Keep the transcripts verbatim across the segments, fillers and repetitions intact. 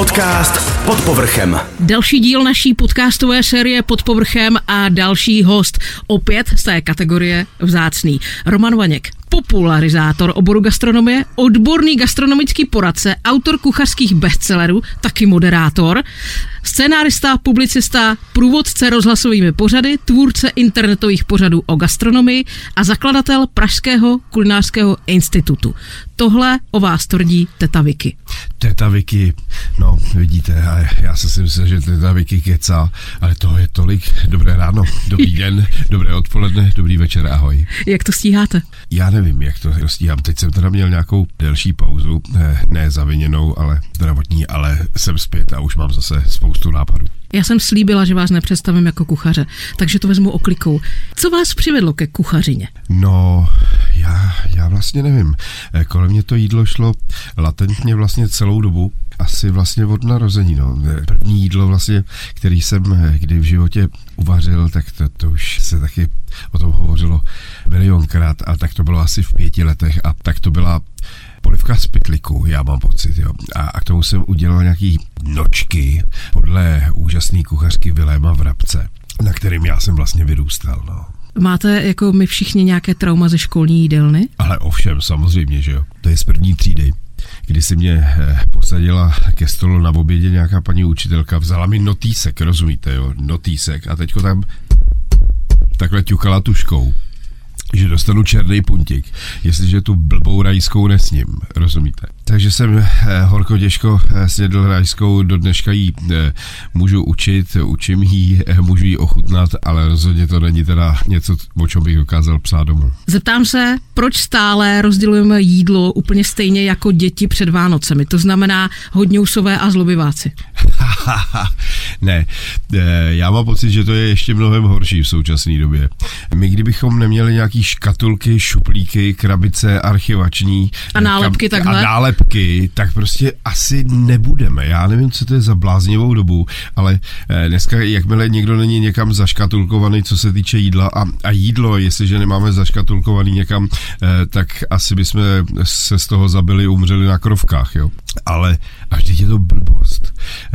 Podcast Pod povrchem. Další díl naší podcastové série Pod povrchem a další host opět z té kategorie vzácný. Roman Vaněk, popularizátor oboru gastronomie, odborný gastronomický poradce, autor kuchařských bestsellerů, taky moderátor, scénárista, publicista, průvodce rozhlasovými pořady, tvůrce internetových pořadů o gastronomii a zakladatel Pražského kulinářského institutu. Tohle o vás tvrdí teta Vicky. Teta Vicky, no vidíte, já jsem si myslel, že teta Vicky kecá, ale toho je tolik. Dobré ráno, dobrý den, dobré odpoledne, dobrý večer, ahoj. Jak to stíháte? Já nevím, jak to stíhám. Teď jsem teda měl nějakou delší pauzu, ne, ne zaviněnou, ale zdravotní, ale jsem zpět a už mám zase spoustu nápadů. Já jsem slíbila, že vás nepředstavím jako kuchaře, takže to vezmu oklikou. Co vás přivedlo ke kuchařině? No, já, já vlastně nevím. Kolem mě to jídlo šlo latentně vlastně celou dobu, asi vlastně od narození. No. První jídlo vlastně, který jsem kdy v životě uvařil, tak to, to už se taky o tom hovořilo milionkrát, a tak to bylo asi v pěti letech a tak to byla polivka z pytliku, já mám pocit, jo. A, a k tomu jsem udělal nějaký nočky podle úžasné kuchařky Viléma Vrabce, na kterým já jsem vlastně vyrůstal, no. Máte jako my všichni nějaké trauma ze školní jídelny? Ale ovšem, samozřejmě, že jo. To je z první třídy, kdy si mě posadila ke stolu na obědě nějaká paní učitelka, vzala mi notýsek, rozumíte, jo, notýsek a teďko tam takhle ťukala tuškou, že dostanu černý puntík, jestliže tu blbou rajskou nesním, rozumíte? Takže jsem eh, horko těžko eh, snědl rajskou, do dneška jí eh, můžu učit, učím jí, eh, můžu jí ochutnat, ale rozhodně to není teda něco, o čem bych dokázal psát domů. Zeptám se, proč stále rozdělujeme jídlo úplně stejně jako děti před Vánocemi, to znamená hodňousové a zlobiváci? Ne, eh, já mám pocit, že to je ještě mnohem horší v současné době. My kdybychom neměli nějaký škatulky, šuplíky, krabice, archivační a nálepky kam, takhle? A nálepky, tak prostě asi nebudeme. Já nevím, co to je za bláznivou dobu, ale dneska, jakmile někdo není někam zaškatulkovaný, co se týče jídla a, a jídlo, jestliže nemáme zaškatulkovaný někam, tak asi bychom se z toho zabili, umřeli na krovkách, jo. Ale až teď je to blbost.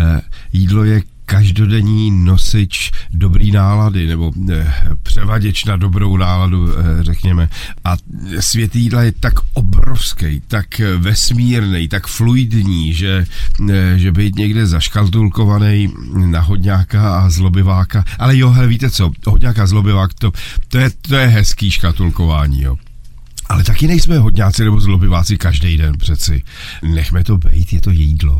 Jídlo je každodenní nosič dobrý nálady, nebo eh, převaděč na dobrou náladu, eh, řekněme. A svět jídla je tak obrovský, tak vesmírný, tak fluidní, že, eh, že být někde zaškatulkovaný na hodňáka a zlobiváka. Ale jo, hele, víte co, hodňáka a zlobivák, to, to, je, to je hezký škatulkování, jo. Ale taky nejsme hodňáci nebo zlobiváci každý den přeci. Nechme to bejt, je to jídlo.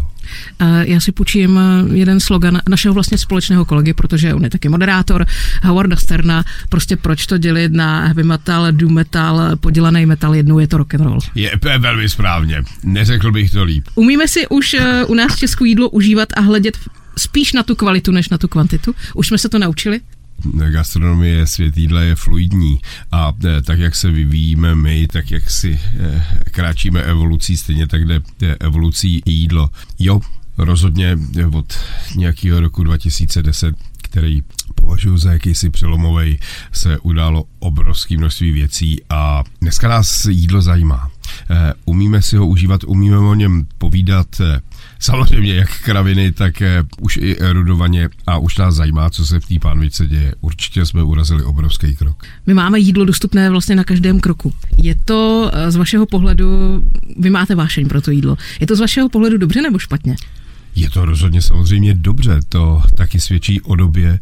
Já si půjčím jeden slogan našeho vlastně společného kolegy, protože on je taky moderátor, Howarda Sterna, prostě proč to dělit na heavy metal, doom metal, podělaný metal, jednou je to rock'n'roll. Je velmi správně, neřekl bych to líp. Umíme si už u nás v Česku jídlo užívat a hledět spíš na tu kvalitu, než na tu kvantitu? Už jsme se to naučili? Gastronomie, svět jídla je fluidní a tak, jak se vyvíjíme my, tak jak si kráčíme evolucí, stejně tak jde evolucí jídlo. Jo, rozhodně od nějakého roku dva tisíce deset, který považuji za jakýsi přelomovej, se událo obrovské množství věcí a dneska nás jídlo zajímá. Umíme si ho užívat, umíme o něm povídat samozřejmě jak kraviny, tak už i erudovaně a už nás zajímá, co se v té pánvičce děje. Určitě jsme urazili obrovský krok. My máme jídlo dostupné vlastně na každém kroku. Je to z vašeho pohledu, vy máte vášeň pro to jídlo, je to z vašeho pohledu dobře nebo špatně? Je to rozhodně samozřejmě dobře, to taky svědčí o době,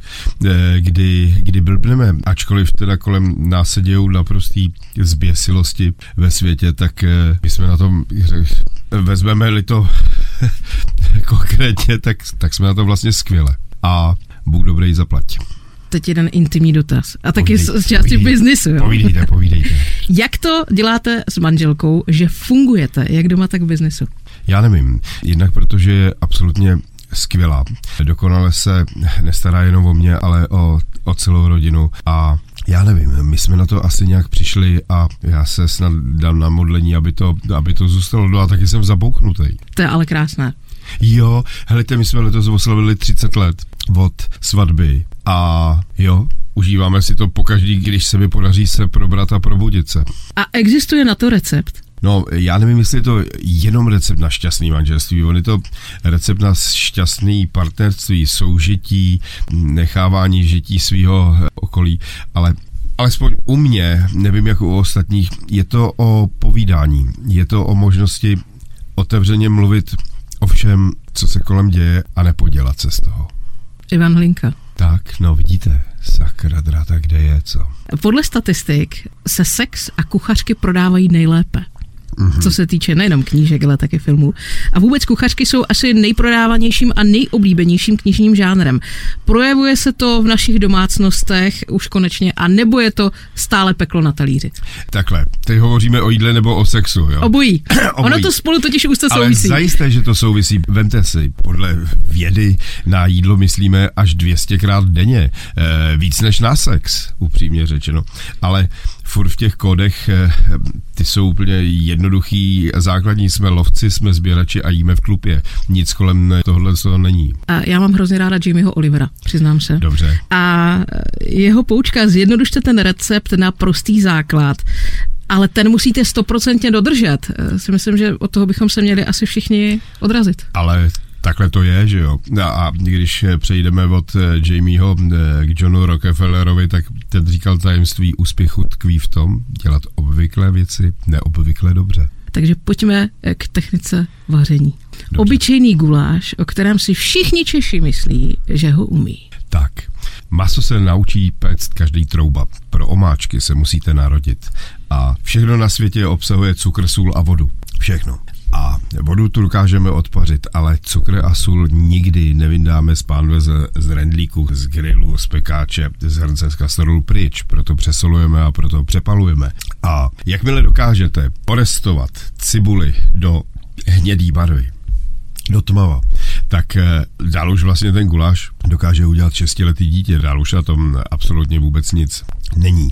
kdy, kdy blbneme, ačkoliv teda kolem nás se dějou naprostý zběsilosti ve světě, tak my jsme na tom, vezmeme-li to konkrétně, tak, tak jsme na tom vlastně skvěle. A Bůh dobrý zaplať. Teď jeden intimní dotaz. A taky Povídej, z části biznisu. Jo? Povídejte, povídejte. Jak to děláte s manželkou, že fungujete, jak doma, tak v biznisu? Já nevím. Jednak protože je absolutně skvělá. Dokonale se nestará jenom o mě, ale o, o celou rodinu. A já nevím, my jsme na to asi nějak přišli a já se snad dám na modlení, aby to, aby to zůstalo. No a taky jsem zabouchnutý. To je ale krásné. Jo, helejte, my jsme letos oslavili třicet let od svatby a jo, užíváme si to pokaždý, když se mi podaří se probrat a probudit se. A existuje na to recept? No, já nevím, jestli je to jenom recept na šťastný manželství. On je to recept na šťastný partnerství, soužití, nechávání žití svého okolí, ale alespoň u mě, nevím jak u ostatních, je to o povídání. Je to o možnosti otevřeně mluvit o všem, co se kolem děje a nepodělat se z toho. Ivan Hlinka. Tak, no vidíte, sakra dráta, kde je, co? Podle statistik se sex a kuchařky prodávají nejlépe. Mm-hmm. Co se týče nejenom knížek, ale také filmů. A vůbec kuchařky jsou asi nejprodávanějším a nejoblíbenějším knižním žánrem. Projevuje se to v našich domácnostech už konečně, a nebo je to stále peklo na talíři? Takhle, teď hovoříme o jídle nebo o sexu, jo? Obojí. Obojí. Ono to spolu totiž úzce souvisí. Ale zajisté, že to souvisí. Vemte si, podle vědy na jídlo myslíme až dvě stě krát denně. E, víc než na sex, upřímně řečeno. Ale furt v těch kódech, ty jsou úplně jednoduchý, základní, jsme lovci, jsme sběrači a jíme v klupě. Nic kolem tohle to není. A já mám hrozně ráda Jamieho Olivera, přiznám se. Dobře. A jeho poučka, zjednodušte ten recept na prostý základ, ale ten musíte stoprocentně dodržet. Si myslím, že od toho bychom se měli asi všichni odrazit. Ale takhle to je, že jo. A když přejdeme od Jamieho k Johnu Rockefellerovi, tak ten říkal, tajemství úspěchu tkví v tom dělat obvyklé věci neobvykle dobře. Takže pojďme k technice vaření. Dobře. Obyčejný guláš, o kterém si všichni Češi myslí, že ho umí. Tak, maso se naučí péct každý trouba. Pro omáčky se musíte narodit. A všechno na světě obsahuje cukr, sůl a vodu. Všechno. A vodu tu dokážeme odpařit, ale cukr a sůl nikdy nevyndáme z pánve z, z rendlíku, z grilu, z pekáče, z hrnce, z kastrolu pryč. Proto přesolujeme a proto přepalujeme. A jakmile dokážete porestovat cibuli do hnědý barvy, do tmava, tak dál už vlastně ten guláš dokáže udělat šestiletý dítě, dál už na tom absolutně vůbec nic není.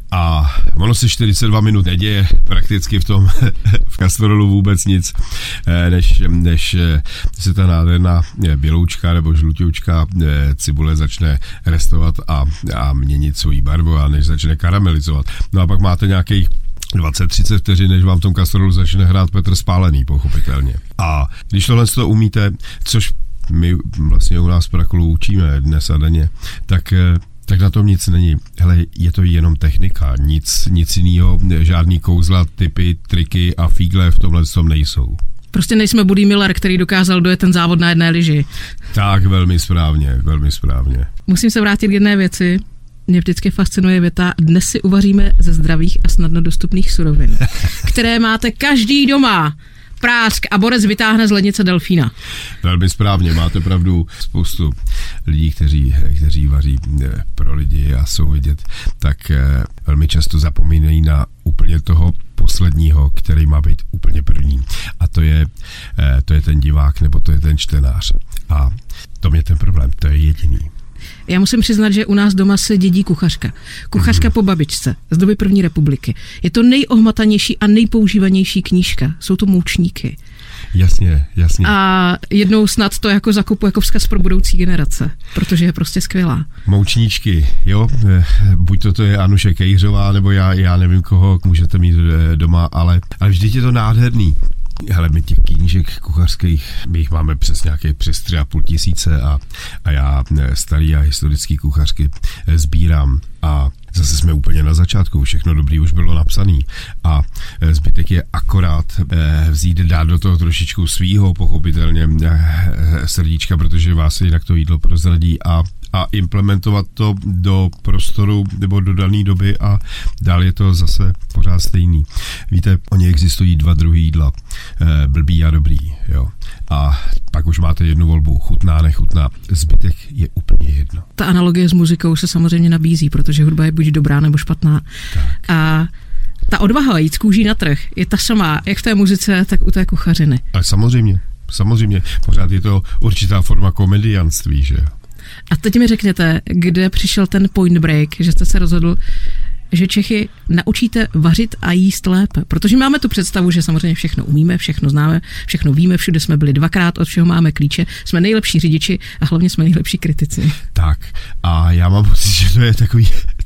A ono se čtyřicet dva minut neděje prakticky v tom v kastrolu vůbec nic, než, než se ta nádherná běloučka nebo žlutěučka cibule začne restovat a, a měnit svoji barvu a než začne karamelizovat. No a pak máte nějakých dvacet třicet vteřin, než vám v tom kastrolu začne hrát Petr Spálený, pochopitelně. A když tohle to umíte, což my vlastně u nás v Prakulu učíme dnes a denně, tak tak na tom nic není. Hele, je to jenom technika, nic, nic jiného, žádný kouzla, typy, triky a fígle v tomhle tom nejsou. Prostě nejsme Buddy Miller, který dokázal dojet ten závod na jedné lyži. Tak, velmi správně, velmi správně. Musím se vrátit k jedné věci. Mě vždycky fascinuje věta, dnes si uvaříme ze zdravých a snadno dostupných surovin, které máte každý doma. Prásk a borec vytáhne z lednice delfína. Velmi správně, máte pravdu. Spoustu lidí, kteří, kteří vaří pro lidi a jsou vidět, tak velmi často zapomínají na úplně toho posledního, který má být úplně první. A to je, to je ten divák nebo to je ten čtenář. A to je ten problém, to je jediný. Já musím přiznat, že u nás doma se dědí kuchařka. Kuchařka mm. po babičce z doby první republiky. Je to nejohmatanější a nejpoužívanější knížka. Jsou to Moučníky. Jasně, jasně. A jednou snad to jako zakupu jako vzkaz pro budoucí generace, protože je prostě skvělá. Moučníčky, jo, buď to, to je Anuše Kejřová, nebo já, já nevím koho můžete mít doma, ale, ale vždyť je to nádherný. Hele, my těch knížek kuchařských, my jich máme přes nějaké přes tři a půl tisíce a, a já starý a historický kuchařky sbírám a zase jsme úplně na začátku, všechno dobrý už bylo napsaný a zbytek je akorát vzít, dát do toho trošičku svýho, pochopitelně srdíčka, protože vás jinak to jídlo prozradí a a implementovat to do prostoru nebo do dané doby a dál je to zase pořád stejný. Víte, oni existují dva druhy jídla, blbý a dobrý, jo. A pak už máte jednu volbu, chutná, nechutná, zbytek je úplně jedno. Ta analogie s muzikou se samozřejmě nabízí, protože hudba je buď dobrá nebo špatná. Tak. A ta odvaha jít z kůží na trh je ta samá, jak v té muzice, tak u té kuchařiny. Ale samozřejmě, samozřejmě, pořád je to určitá forma komedianství, že jo. A teď mi řekněte, kde přišel ten point break, že jste se rozhodl, že Čechy naučíte vařit a jíst lépe. Protože máme tu představu, že samozřejmě všechno umíme, všechno známe, všechno víme, všude jsme byli dvakrát, od všeho máme klíče, jsme nejlepší řidiči a hlavně jsme nejlepší kritici. Tak a já mám pocit, že to je takový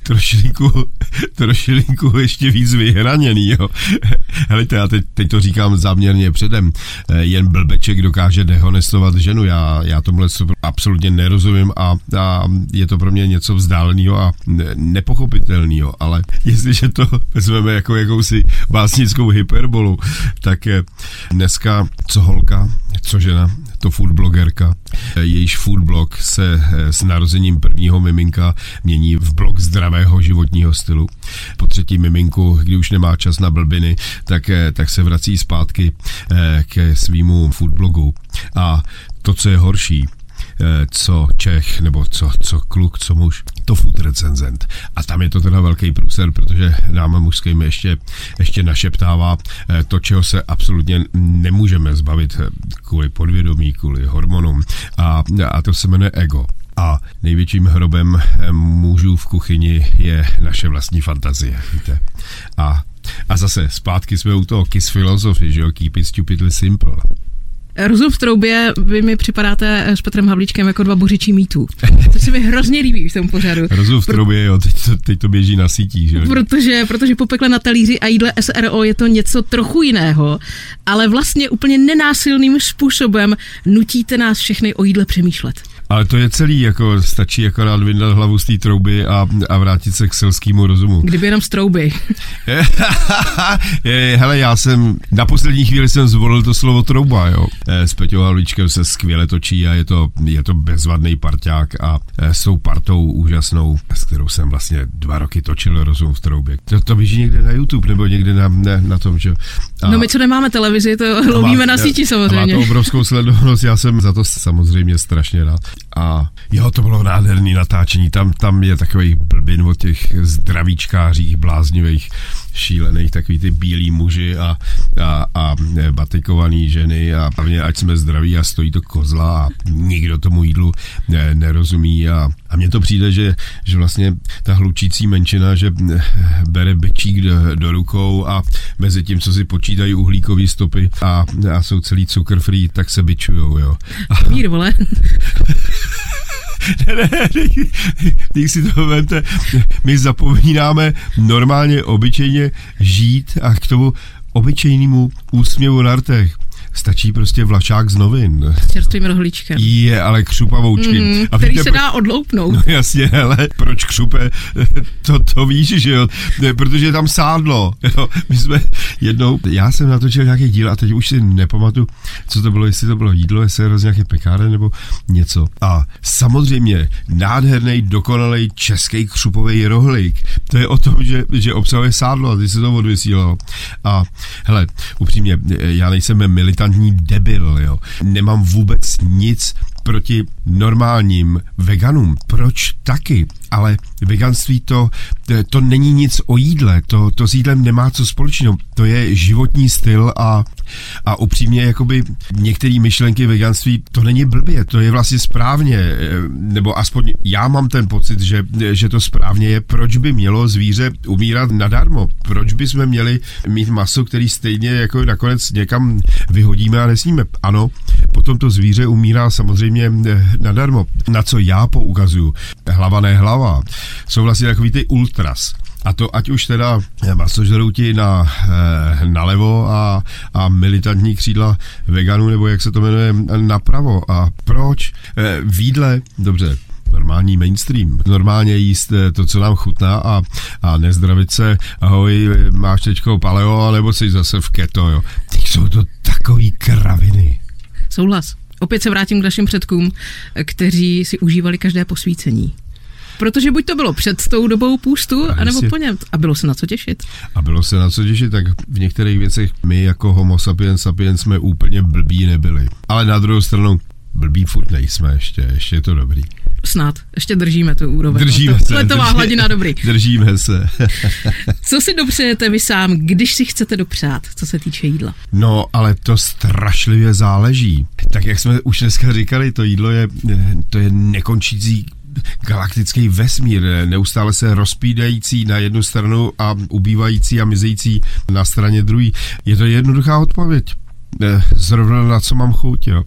trošilinku, trošilinku ještě víc vyhraněný, jo. Helejte, já teď, teď to říkám záměrně předem, jen blbeček dokáže dehonestovat ženu, já, já tomuhle absolutně nerozumím a, a je to pro mě něco vzdáleného a nepochopitelného, ale jestliže to vezmeme jako jakousi básnickou hyperbolu, tak dneska co holka, co žena, to foodblogerka, jejíž foodblog se s narozením prvního miminka mění v blog zdravého životního stylu. Po třetí miminku, kdy už nemá čas na blbiny, tak, tak se vrací zpátky ke svýmu foodblogu. A to, co je horší, co Čech, nebo co, co kluk, co muž, to food recenzent. A tam je to teda velký průser, protože nám mužským ještě, ještě našeptává to, čeho se absolutně nemůžeme zbavit kvůli podvědomí, kvůli hormonům. A, a to se jmenuje ego. A největším hrobem mužů v kuchyni je naše vlastní fantazie, víte. A, a zase zpátky jsme u toho kiss filozofy, že jo, keep it stupidly simple. Rozum v troubě, vy mi připadáte s Petrem Havlíčkem jako dva bořičí mýtů. To se mi hrozně líbí v tom pořadu. Rozum v troubě, jo, teď to, teď to běží na sítích, že jo. Protože, protože po pekle na talíři a jídle S R O je to něco trochu jiného, ale vlastně úplně nenásilným způsobem nutíte nás všechny o jídle přemýšlet. Ale to je celý, jako stačí akorát vyndat hlavu z té trouby a, a vrátit se k selskému rozumu. Kdyby jenom z trouby. Hele, já jsem, na poslední chvíli jsem zvolil to slovo trouba, jo. S Peťou Havlíčkem se skvěle točí a je to, je to bezvadný parťák a s tou partou úžasnou, s kterou jsem vlastně dva roky točil Rozum v troubě. To, to běží někde na YouTube nebo někde na, ne, na tom, že... A, no my, co nemáme televizi, to lovíme na síti samozřejmě. A má to obrovskou sledovanost, já jsem za to samozřejmě strašně rád. A jo, to bylo nádherný natáčení, tam, tam je takový blbin od těch zdravíčkářích, bláznivých, šílených, takový ty bílí muži a, a, a batikovaný ženy a hlavně ať jsme zdraví a stojí to kozla a nikdo tomu jídlu ne, nerozumí a, a mně to přijde, že, že vlastně ta hlučící menšina, že bere bečík do, do rukou a mezi tím, co si počítají uhlíkový stopy a, a jsou celý cukr free, tak se bičujou, jo. Mír, vole. Ne, ne, když si to vemte, my zapomínáme normálně, obyčejně žít a k tomu obyčejnému úsměvu na rtech stačí prostě vlašák z novin. S čerstvým rohlíčkem. Je, ale křupavoučky. Mm, a který víte, se dá odloupnout. No jasně, hele, proč křupe? To, to víš, že jo? Protože je tam sádlo. Jo? My jsme jednou, já jsem natočil nějaký díl a teď už si nepamatuju, co to bylo, jestli to bylo jídlo, jestli je z nějaký pekáren nebo něco. A samozřejmě nádherný, dokonalý český křupový rohlík. To je o tom, že, že obsahuje sádlo a ty se to odvysílalo. A hele, upřímně, já nejsem militantní debil, jo. Nemám vůbec nic proti normálním veganům. Proč taky? Ale veganství to, to není nic o jídle, to, to s jídlem nemá co společného. To je životní styl a, a upřímně jakoby některé myšlenky veganství, to není blbě, to je vlastně správně, nebo aspoň já mám ten pocit, že, že to správně je. Proč by mělo zvíře umírat nadarmo? Proč bychom měli mít maso, který stejně jako nakonec někam vyhodíme a nesníme? Ano, potom to zvíře umírá samozřejmě nadarmo. Na co já poukazuju? Hlava ne hlava. Jsou vlastně takový ty ultras. A to ať už teda masožrouti na eh, nalevo a, a militantní křídla veganů, nebo jak se to jmenuje, napravo. A proč? Eh, v jídle, dobře, normální mainstream. Normálně jíst to, co nám chutná a, a nezdravit se, ahoj, máš teďko paleo, nebo jsi zase v keto, jo. Teď jsou to takový kraviny. Souhlas. Opět se vrátím k našim předkům, kteří si užívali každé posvícení. Protože buď to bylo před tou dobou půstu, anebo po něm. A bylo se na co těšit. A bylo se na co těšit, tak v některých věcech my jako homo sapiens sapiens jsme úplně blbí nebyli. Ale na druhou stranu blbí furt nejsme ještě, ještě je to dobrý. Snad, ještě držíme tu úroveň. Držíme to, se. Letová drží, hladina dobrý. Držíme se. Co si dopřejete vy sám, když si chcete dopřát, co se týče jídla? No, ale to strašlivě záleží. Tak jak jsme už dneska říkali, to jídlo je, to je nekončící galaktický vesmír, neustále se rozpídající na jednu stranu a ubývající a mizející na straně druhý. Je to jednoduchá odpověď. zrovna na co mám chuť, jo.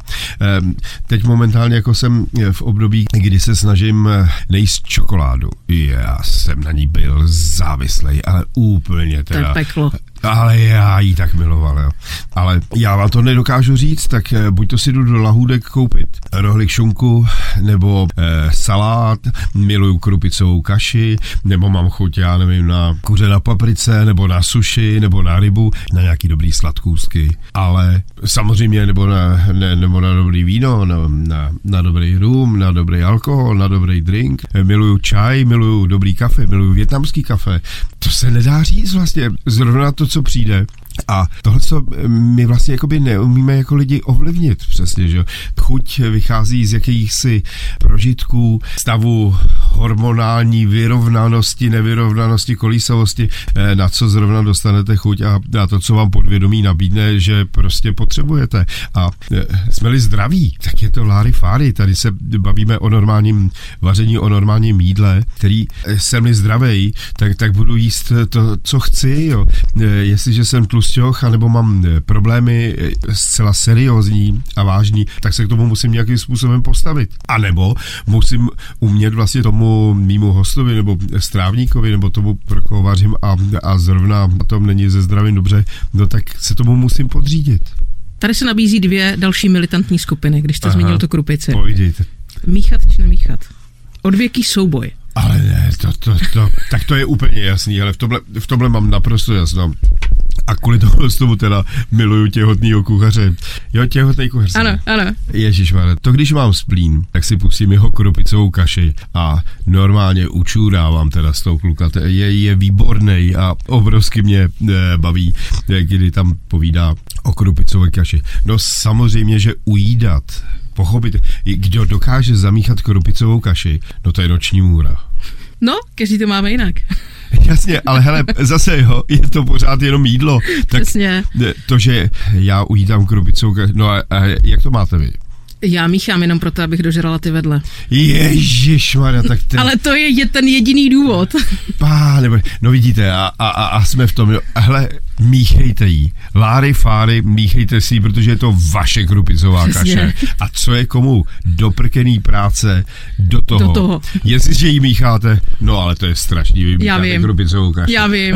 Teď momentálně jako jsem v období, kdy se snažím nejíst čokoládu. Já jsem na ní byl závislej, ale úplně teda. To je peklo. Ale já jí tak miloval, jo. Ale já vám to nedokážu říct, tak buď to si jdu do lahůdek koupit rohlik šunku, nebo e, salát, miluju krupicovou kaši, nebo mám chuť, já nevím, na kuře na paprice, nebo na suši, nebo na rybu, na nějaký dobrý sladkůstky. Ale samozřejmě, nebo na, ne, nebo na dobrý víno, na, na, na dobrý rum, na dobrý alkohol, na dobrý drink. Miluju čaj, miluju dobrý kafe, miluju vietnamský kafe. To se nedá říct vlastně, zrovna to, co přijde. A tohle, co my vlastně jakoby neumíme jako lidi ovlivnit přesně, že chuť vychází z jakýchsi prožitků, stavu hormonální vyrovnanosti, nevyrovnanosti, kolísavosti, na co zrovna dostanete chuť a na to, co vám podvědomí nabídne, že prostě potřebujete. A jsme-li zdraví, tak je to láry fáry. Tady se bavíme o normálním vaření, o normálním jídle, který jsem-li zdravej, tak, tak budu jíst to, co chci. Jo. Jestliže jsem tlusťoch, anebo mám problémy zcela seriózní a vážní, tak se k tomu musím nějakým způsobem postavit. A nebo musím umět vlastně tomu mýmu hostovi, nebo strávníkovi, nebo tomu, pro koho vařím a, a zrovna na tom není ze zdravím dobře, no tak se tomu musím podřídit. Tady se nabízí dvě další militantní skupiny, když jste Aha, zmínil tu krupici. Pojďte. Míchat či nemíchat? Odvěký souboj. Ale ne, to, to, to, tak to je úplně jasný, ale v tomhle, v tomhle mám naprosto jasno. A kvůli tomu z tomu teda miluju těhotnýho kuchaře. Jo, těhotný kuchař. Ano, ano. Ježišmarja, to když mám splín, tak si pustím jeho krupicovou kaši a normálně učůrávám teda s tou kluka. Je, je výbornej a obrovsky mě e, baví, kdy tam povídá o krupicové kaši. No samozřejmě, že ujídat, pochopit, kdo dokáže zamíchat krupicovou kaši, no to je noční můra. No, každý to máme jinak. Jasně, ale hele, zase jo, je to pořád jenom jídlo. Tak přesně. To, že já ujídám krupicovou kaši, no a, a jak to máte vy? Já míchám jenom proto, abych dožrala ty vedle. Ježišmarja, tak ten... Ale to je, je ten jediný důvod. Páne, no vidíte, a, a, a jsme v tom, jo. Hele, míchejte jí. Láry, fáry, míchejte si, protože je to vaše krupicová kaše. A co je komu doprkený práce do toho. Do toho. Jestliže jí mícháte, no ale to je strašný, vy mícháte krupicovou kaši. Já vím.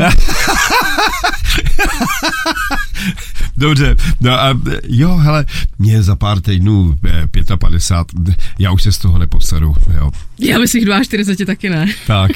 Dobře, no a jo, hele, mě za pár týdnů padesát pět, já už se z toho neposeru, jo. Já bych si čtyřicet dva taky ne. Tak.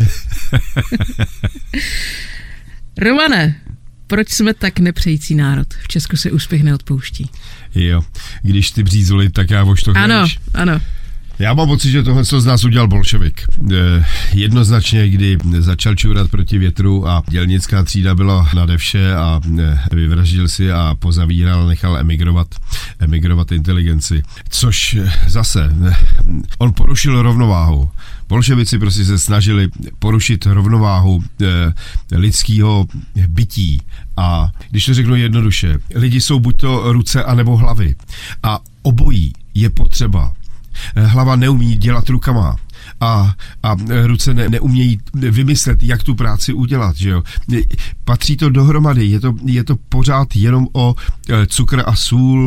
Romane, proč jsme tak nepřející národ? V Česku se úspěch neodpouští. Jo, když ty břízuli, tak já už to Ano, hlíš. ano. Já mám pocit, že tohle z nás udělal bolševik. Eh, jednoznačně, kdy začal čurat proti větru a dělnická třída byla nade vše a eh, vyvraždil si a pozavíral, nechal emigrovat, emigrovat inteligenci. Což eh, zase, eh, on porušil rovnováhu. Bolševici prostě se snažili porušit rovnováhu eh, lidského bytí. A když to řeknu jednoduše, lidi jsou buď to ruce, anebo hlavy. A obojí je potřeba. Hlava neumí dělat rukama a, a ruce ne, neumějí vymyslet, jak tu práci udělat, že jo. Patří to dohromady, je to, je to pořád jenom o cukr a sůl,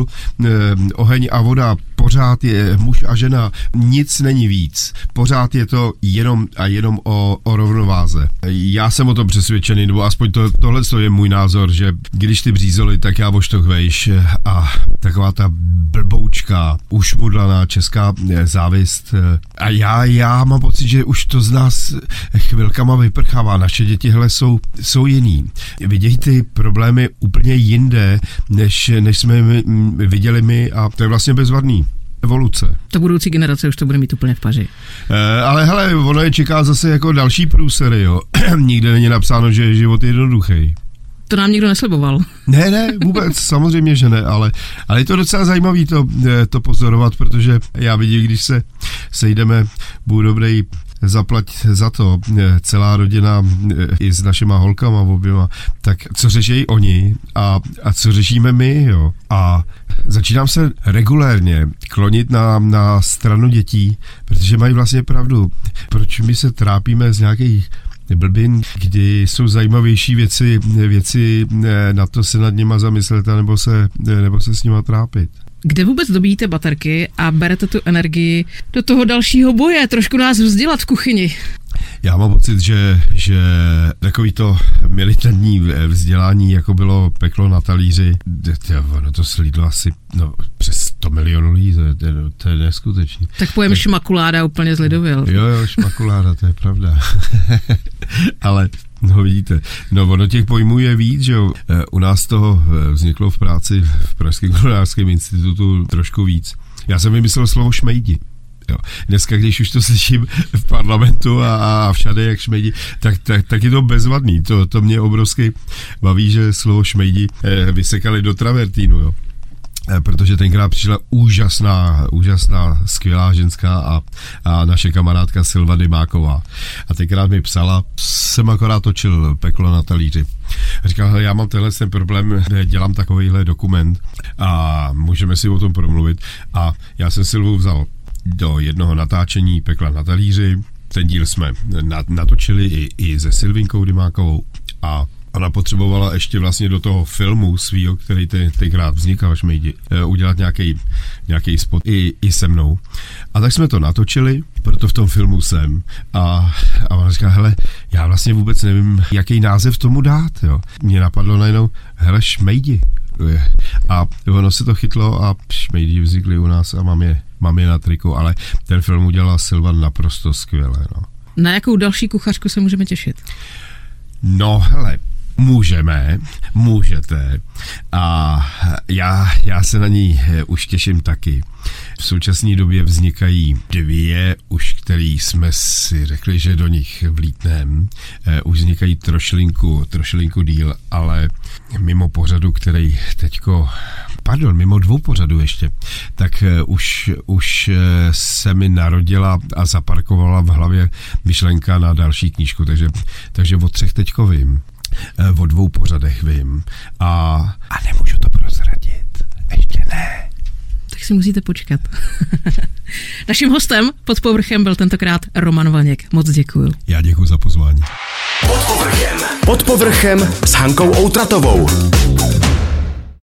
oheň a voda, pořád je muž a žena, nic není víc, pořád je to jenom a jenom o, o rovnováze. Já jsem o tom přesvědčený, nebo aspoň to, tohle je můj názor, že když ty břízoli, tak já voštoch vejš a taková ta blboučka, ušmudlaná česká závist a já, já mám pocit, že už to z nás chvilkama vyprchává. Naše děti hele, jsou, jsou jiný. Vidějí ty problémy úplně jinde, než, než jsme my, viděli my a to je vlastně bezvadný. Evoluce. To budoucí generace už to bude mít úplně v paži. E, ale hele, ono je čeká zase jako další průsery, jo. Nikde není napsáno, že život je jednoduchý. To nám nikdo nesliboval. Ne, ne, vůbec, samozřejmě, že ne, ale, ale je to docela zajímavý to, to pozorovat, protože já vidím, když se sejdeme, budu dobrý, zaplať za to, celá rodina i s našima holkama oběma, tak co řeší oni a, a co řešíme my, jo. A začínám se regulérně klonit na, na stranu dětí, protože mají vlastně pravdu. Proč my se trápíme z nějakých blbin, kdy jsou zajímavější věci, věci na to se nad nima zamyslet, nebo se, nebo se s nima trápit. Kde vůbec dobíjíte baterky a berete tu energii do toho dalšího boje, trošku nás vzdělat v kuchyni? Já mám pocit, že, že takový to militantní vzdělání, jako bylo Peklo na talíři, ono to slídlo asi no, přes sto milionů lidí, to je, to je neskutečný. Tak pojem tak, šmakuláda úplně zlidověl. Jo, jo, šmakuláda, to je pravda. Ale no vidíte, no ono těch pojmů je víc, že jo. U nás toho vzniklo v práci v Pražském kulinářském institutu trošku víc. Já jsem vymyslel slovo šmejdi. Jo. Dneska, když už to slyším v parlamentu a, a všade jak šmejdi, tak, tak, tak je to bezvadný. To, to mě obrovsky baví, že slovo šmejdi eh, vysekali do travertínu, jo. Eh, protože tenkrát přišla úžasná, úžasná, skvělá ženská a, a naše kamarádka Silva Dymáková. A tenkrát mi psala, jsem akorát točil Peklo na talíři. A říkal, já mám tenhle ten problém, dělám takovýhle dokument a můžeme si o tom promluvit. A já jsem Silvu vzal do jednoho natáčení Pekla na talíři. Ten díl jsme natočili i, i se Silvinkou Dymákovou a ona potřebovala ještě vlastně do toho filmu svýho, který te, tenkrát vznikal šmejdi, udělat nějaký, nějaký spot i, i se mnou. A tak jsme to natočili, proto v tom filmu jsem. A, a ona říká, hele, já vlastně vůbec nevím, jaký název tomu dát. Jo. Mně napadlo najednou, hele, šmejdi. A ono se to chytlo a šmejdi vznikly u nás a mám je, mám je na triku, ale ten film udělala Silva naprosto skvěle. No. Na jakou další kuchařku se můžeme těšit? No hele, můžeme, můžete a já, já se na ní už těším taky. V současné době vznikají dvě, už který jsme si řekli, že do nich vlítneme. Už vznikají trošilinku, trošilinku díl, ale mimo pořadu, který teďko, pardon, mimo dvou pořadů ještě, tak už, už se mi narodila a zaparkovala v hlavě myšlenka na další knížku, takže, takže o třech teďko vím. O dvou pořadech vím. A, a nemůžu to prozradit. Ještě ne. Tak si musíte počkat. Naším hostem pod povrchem byl tentokrát Roman Vaněk. Moc děkuju. Já děkuju za pozvání. Pod povrchem. Pod povrchem s Hankou Outratovou.